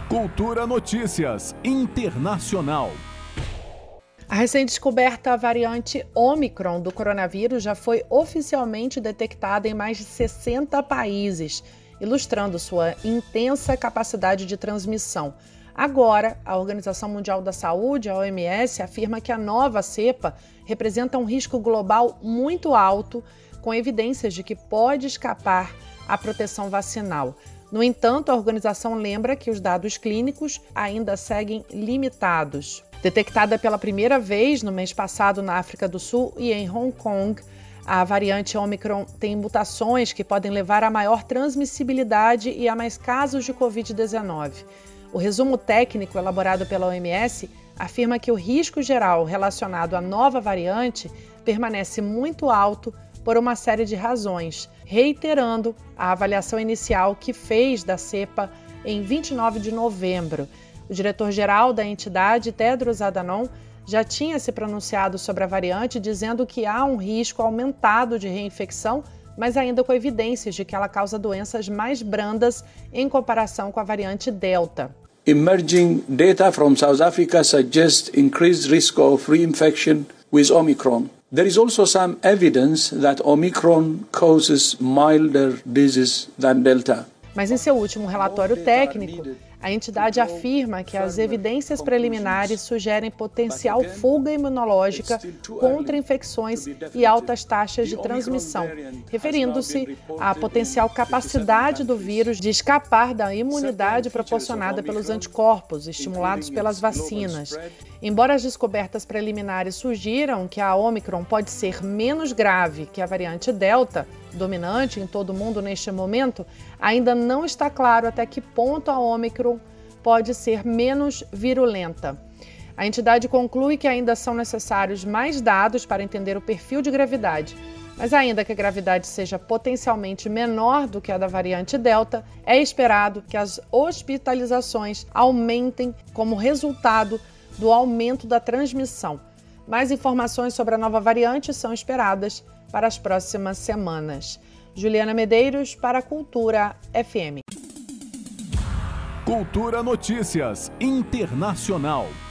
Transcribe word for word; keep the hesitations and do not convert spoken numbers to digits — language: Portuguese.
Cultura Notícias Internacional. A recém-descoberta variante Ômicron do coronavírus já foi oficialmente detectada em mais de sessenta países, ilustrando sua intensa capacidade de transmissão. Agora, a Organização Mundial da Saúde, a O M S, afirma que a nova cepa representa um risco global muito alto, com evidências de que pode escapar à proteção vacinal. No entanto, a organização lembra que os dados clínicos ainda seguem limitados. Detectada pela primeira vez no mês passado na África do Sul e em Hong Kong, a variante Ômicron tem mutações que podem levar a maior transmissibilidade e a mais casos de covid dezenove. O resumo técnico elaborado pela O M S afirma que o risco geral relacionado à nova variante permanece muito alto por uma série de razões, reiterando a avaliação inicial que fez da cepa em vinte e nove de novembro. O diretor-geral da entidade, Tedros Adhanom, já tinha se pronunciado sobre a variante, dizendo que há um risco aumentado de reinfecção, mas ainda com evidências de que ela causa doenças mais brandas em comparação com a variante Delta. Emerging data from South Africa suggests increased risk of reinfection with Omicron. There is also some evidence that Omicron causes milder disease than Delta. Mas em seu último relatório técnico, a entidade afirma que as evidências preliminares sugerem potencial fuga imunológica contra infecções e altas taxas de transmissão, referindo-se à potencial capacidade do vírus de escapar da imunidade proporcionada pelos anticorpos estimulados pelas vacinas. Embora as descobertas preliminares sugiram que a Ômicron pode ser menos grave que a variante Delta, dominante em todo o mundo neste momento, ainda não está claro até que ponto a Ômicron pode ser menos virulenta. A entidade conclui que ainda são necessários mais dados para entender o perfil de gravidade, mas ainda que a gravidade seja potencialmente menor do que a da variante Delta, é esperado que as hospitalizações aumentem como resultado do aumento da transmissão. Mais informações sobre a nova variante são esperadas para as próximas semanas. Juliana Medeiros para a Cultura F M. Cultura Notícias Internacional.